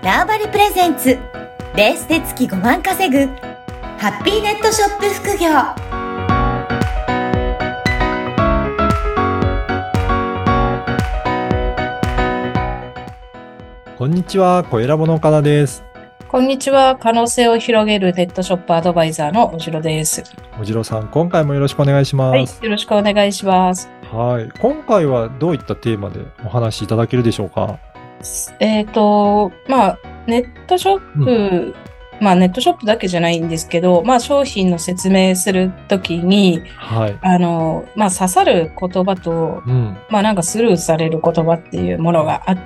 ターバリプレゼンツベースで月5万稼ぐハッピーネットショップ副業。 こんにちは、小ラボの岡田です。 こんにちは。可能性を広げるネットショップアドバイザーのおじろです。 おじろさん、今回もよろしくお願いします。 はい、よろしくお願いします。 はい。今回はどういったテーマでお話しいただけるでしょうか？ ネットショップ、ネットショップだけじゃないんですけど、商品の説明するときに、 はい。 刺さる言葉と、スルーされる言葉っていうものがあって、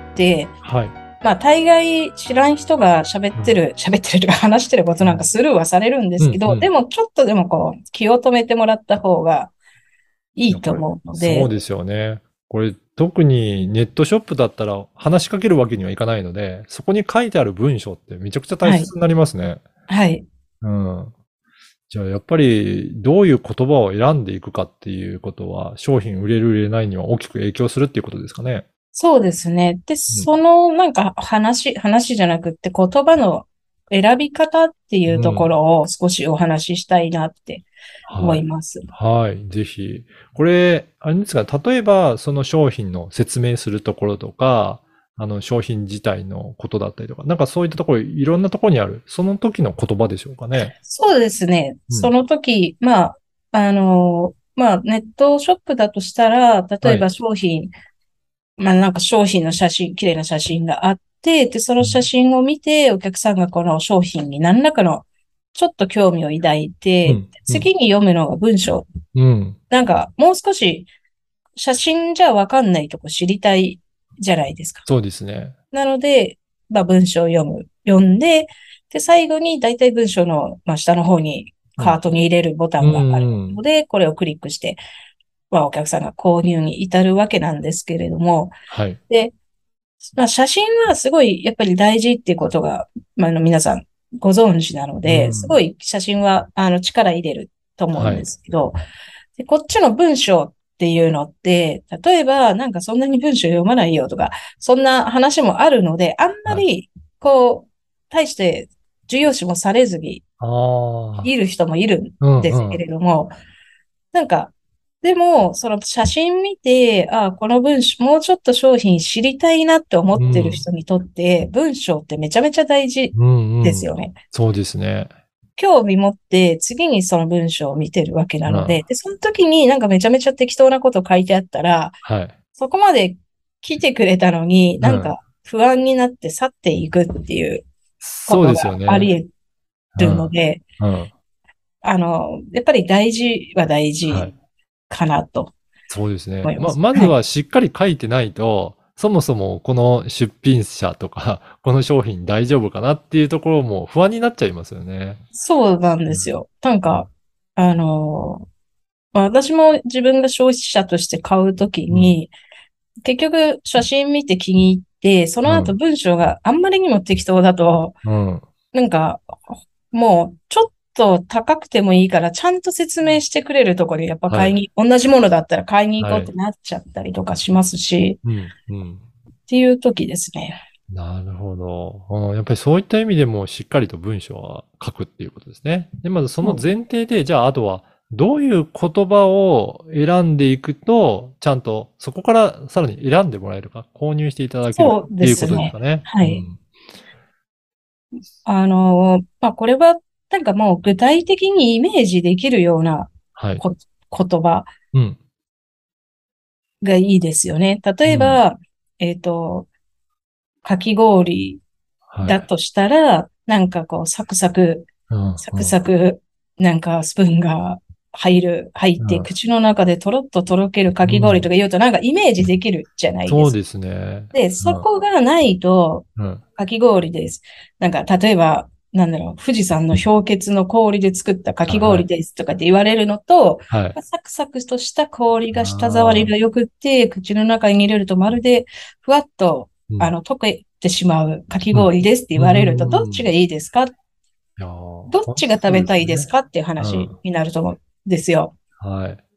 はい。 大概知らん人が喋ってるとか話してることなんかスルーはされるんですけど、でもちょっとでも気を止めてもらった方がいいと思うので。 そうですよね。これ特にネットショップだったら話しかけるわけにはいかないので、そこに書いてある文章ってめちゃくちゃ大切になりますね。 はい。 うん。じゃあやっぱりどういう言葉を選んでいくかっていうことは商品売れる売れないには大きく影響するっていうことですかね。 そうですね。で、その話じゃなくって言葉の選び方っていうところを少しお話ししたいなって思います。 はい。ぜひ。これ、あれですか、例えばその商品の説明するところとか、商品自体のことだったりとか、なんかそういったところ、いろんなところにある、その時の言葉でしょうかね。 そうですね。その時、ネットショップだとしたら、例えば商品、商品の写真、綺麗な写真があって、で、その写真を見て、お客さんがこの商品に何らかのちょっと興味を抱いて、次に読むのが文章。もう少し写真じゃわかんないとこ知りたいじゃないですか。 そうですね。 なので、文章を読んで、で、最後に大体文章の、下の方にカートに入れるボタンがあるので、これをクリックして、お客さんが購入に至るわけなんですけれども、 はい。 で、写真はすごいやっぱり大事っていうことが、皆さんご存知なので、すごい写真は力入れると思うんですけど、でこっちの文章っていうのって、例えばそんなに文章読まないよとか、そんな話もあるので、あんまり大して重要視もされずにいる人もいるんですけれども、でも、その写真見て、この文章、もうちょっと商品知りたいなって思ってる人にとって、文章ってめちゃめちゃ大事ですよね。 そうですね。 興味持って、次にその文章を見てるわけなので、で、その時にめちゃめちゃ適当なこと書いてあったら、そこまで来てくれたのに、不安になって去っていくっていうことがあり得るので、やっぱり大事は大事かなと。 そうですね。まずはしっかり書いてないと、そもそもこの出品者とか、この商品大丈夫かなっていうところも不安になっちゃいますよね。 そうなんですよ。私も自分が消費者として買うときに、結局写真見て気に入って、その後文章があんまりにも適当だと、もうちょっと高くてもいいからちゃんと説明してくれるところにやっぱ同じものだったら買いに行こうってなっちゃったりとかしますし、っていう時ですね。 なるほど。やっぱりそういった意味でもしっかりと文章は書くっていうことですね。で、まずその前提で、じゃああとはどういう言葉を選んでいくと、ちゃんとそこからさらに選んでもらえるか、購入していただけるかっていうことですかね。 はい。これはもう具体的にイメージできるような言葉がいいですよね。例えば、かき氷だとしたら、サクサク、スプーンが入って、口の中でとろっととろけるかき氷とか言うとイメージできるじゃないですか。 そうですね。 で、そこがないと、かき氷です。例えば、富士山の氷結の氷で作ったかき氷ですとかって言われるのと、サクサクとした氷が舌触りが良くって、口の中に入れるとまるでふわっと、溶けてしまうかき氷ですって言われると、どっちがいいですか？どっちが食べたいですかっていう話になると思うんですよ。 はい。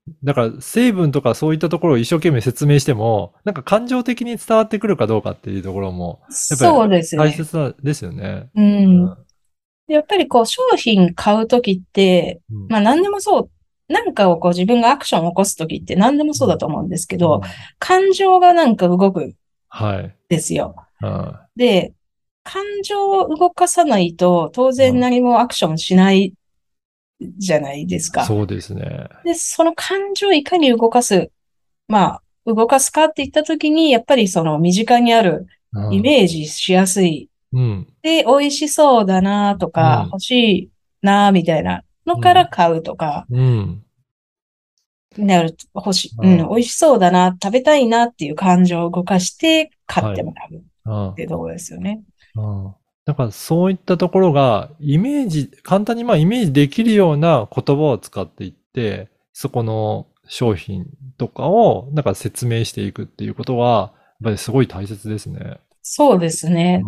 だから成分とかそういったところを一生懸命説明しても、なんか感情的に伝わってくるかどうかっていうところも、やっぱりそうです大ね。 切なんですよね。 うん。やっぱりこう商品買うときって、 うん。 まあ何でもそう、なんかをこう自分がアクションを起こすときって何でもそうだと思うんですけど、 うん。 感情がなんか動くんはい。 ですよ。 はで、感情を動かさないと当い。うん。 然何もアクションしないじゃないですか。 そうですね。 で、その感情をいかに動かす、まあ、動かすかって言ったときに、やっぱりその身近にあるイうん。 メージしやすい。 うん。 で、美味しそうだなとか、 うん。 欲しいなみたいなのからうん。 買うとか、 うん。 なる、欲しい、うん、美味あしそうだな、食べたいなっていう感情を動かして買っはい。 てもらうっあていうところですよね。 あ。だからそういったところが、簡単にイメージできるような言葉を使っていって、そこの商品とかを、なんか説明していくっていうことは、やっぱりすごい大切ですね。 そうですね。 うん。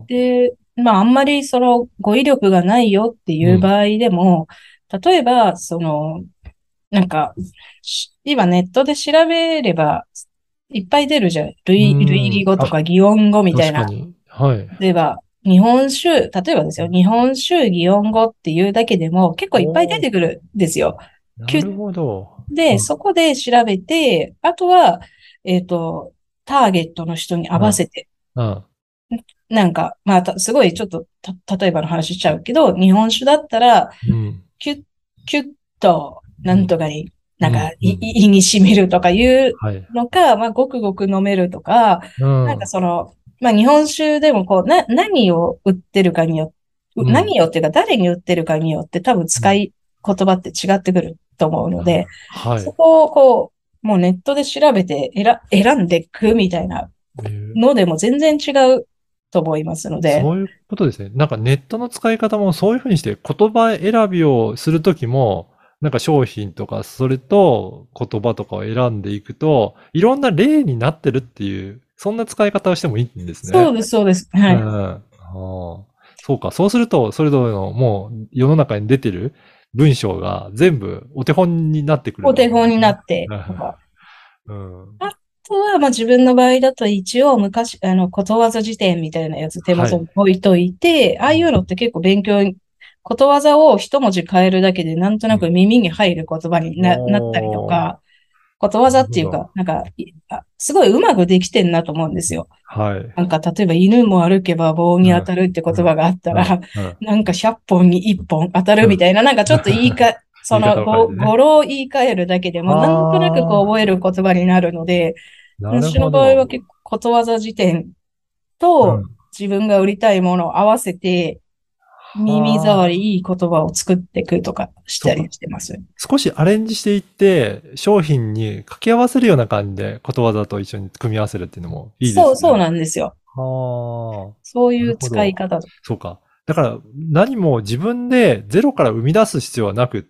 で、まあ、あんまりその語彙力がないよってうん。 いう場合でも、例えば、なんか、今ネットで調べれば、いっぱい出るじゃん。 う類義ん。あ、 語とか擬音語みたいな。 確かに。はい。 例えば、例えばですよ、日本酒擬音語っていうだけでも結構いっぱい出おー、 てくるんですよ。 なるほど。 で、 うん。 そこで調べて、あとは、えっと、ターゲットの人に合うん。 わせて、 んなんか、まあ、すごいちょっと、例えばの話しちゃうけど、日本酒だったら、 うん。 キュッ、キュッと、なんうん。 とかに、 うん。うん。 胃に染みるとかいうはい。 のか、まあ、ごくごく飲めるとか、 うなんかん。 まあ、日本酒でもこう、何を売ってるかによって、 うん。 何をっていうか、誰に売ってるかによって多分うん。 言葉って違ってくると思うので、 はい。 そこをこう、もうネットで調べて選んでいくみたいなえーのでも全然違うと思いますので、 そういうことですね。なんかネットの使い方もそういうふうにして言葉選びをするときも、なんか商品とか、それと言葉とかを選んでいくと、いろんな例になってるっていう、そんな使い方をしてもいいんですね。 そうです、そうです。はい。 うん。そうか。そうすると、それぞれのもう世の中に出てる文章が全部お手本になってくるお手本にわけですね。 なってとか。 うん。 あとは、まあ自分の場合だと一応昔、ことわざ辞典みたいなやつ手元にはい。 置いといて、ああいうのって結構ことわざを一文字変えるだけでなんとなくうん。 耳に入る言葉になったりとおー。 か、ことわなざるほど。 っていうか、すごいうまくできてんなと思うんですよ。 はい。 なんか、例えば犬も歩けば棒に当うん。 たるって言うん。 葉があったうん。 ら、 うん。 なんか100本に1本当たるうん。 みたいな、なんかちょっと言い方を変えてね。 語呂を言い換えるだけでも、なんとなくこうはあ。 覚える言葉になるので、 なる私のほど。 場合は結構ことわざ辞典とうん。 自分が売りたいものを合わせて、耳障はあ。 りいい言葉を作っていくとかしたりそうか。 してます。 少しアレンジしていって、商品に掛け合わせるような感じで、ことわざと一緒に組み合わせるっていうのもいいでそうすね。 なんですよ。 はあ。なそういうるほど。 使い方。 そうか。だから、何も自分でゼロから生み出す必要はなくって、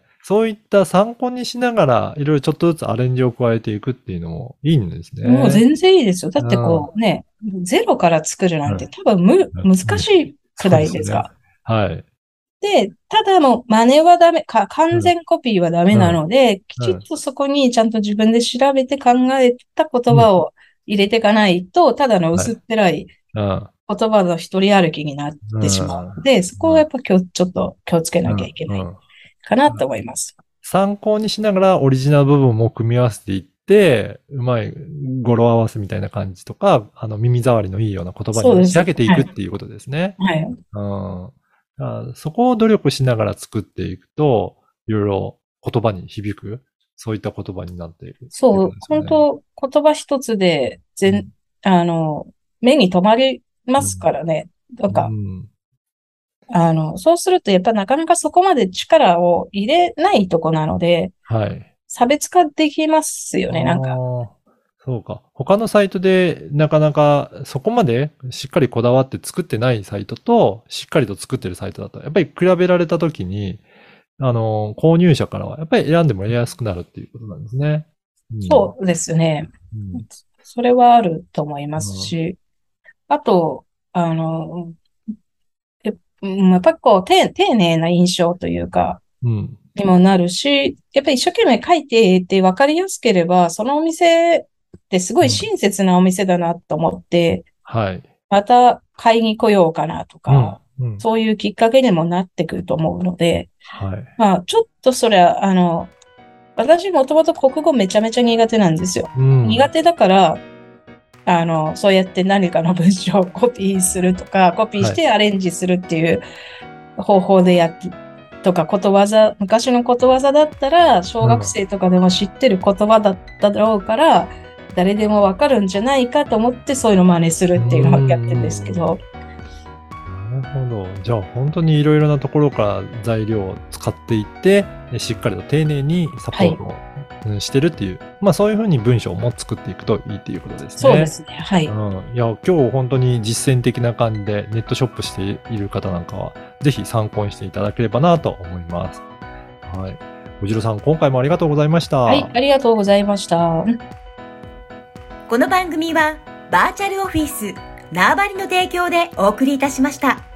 そういった参考にしながら、いろいろちょっとずつアレンジを加えていくっていうのもいいんですね。 もう全然いいですよ。だってうん。 こうね、ゼロから作るなんてはい。 多分難しくなそうですよね。 いですか。 はい。 で、ただもう真似はダメ完うん。 全コピーはダメうん。 なので、きちっうん。 とそこにちゃんと自分で調べて考えた言うん。 葉を入れていかないと、ただの薄っはい。 ぺらいうん。 言葉の一人歩きになっうてしまうん。 ので、そこはうん。 やっぱちょっと気をつけなきゃいけないうん。 かなと思います。 参考にしながらオリジナル部分も組み合わせていって、うまい語呂合わせみたいな感じとか、耳障りのいいような言葉そうです。 に仕上げていはい。 くっていうことですね。 はい。 うん。そこを努力しながら作っていくと、いろいろ言葉に響く、そういった言葉になっていくっていうそう、 ことですよね。 本当言葉一つでうん。 あの、目に留まりますうん。 からね。なんうか、 ん。 そうするとやっぱなかなかそこまで力を入れないとこなので、 はい。 差別化できますよあね、なんか。 あ、そうか。他のサイトでなかなかそこまでしっかりこだわって作ってないサイトと、しっかりと作ってるサイトだと、やっぱり比べられたときに、購入者からはやっぱり選んでもらいやすくなるっていうことなんですね。うん。 そうですね。 うん。 それはあると思いますうん。 し、あと、あの、やっぱりこう、丁寧な印象というか、 うん。 にもなるし、やっぱり一生懸命書いていて分かりやすければ、そのお店ってすごい親切なお店だなと思って、 はい。 また買いに来ようかなとか、 うん。 そういうきっかけにもなってくると思うので、 はい。 まあ、ちょっとそれは、私もともと国語めちゃめちゃ苦手なんですよ。苦手だから、そうやって何かの文章をコピーするとか、コピーしてアレンジするっていう方法でやって、とか昔のことわざだったら、小学生とかでも知ってる言葉だっただろうから、誰でもわかるんじゃないかと思ってそういうの真似するっていうのをやってるんですけど。 なるほど。じゃあ本当にいろいろなところから材料を使っていって、しっかりと丁寧にサポートをしてるっていう、まあそういうふうに文章も作っていくといいっていうことですね。 そうですね。はい。 いや、今日本当に実践的な感じでネットショップしている方なんかは、ぜひ参考にしていただければなと思います。はい。おじろさん、今回もありがとうございました。 はい、ありがとうございました。 この番組はバーチャルオフィス縄張りの提供でお送りいたしました。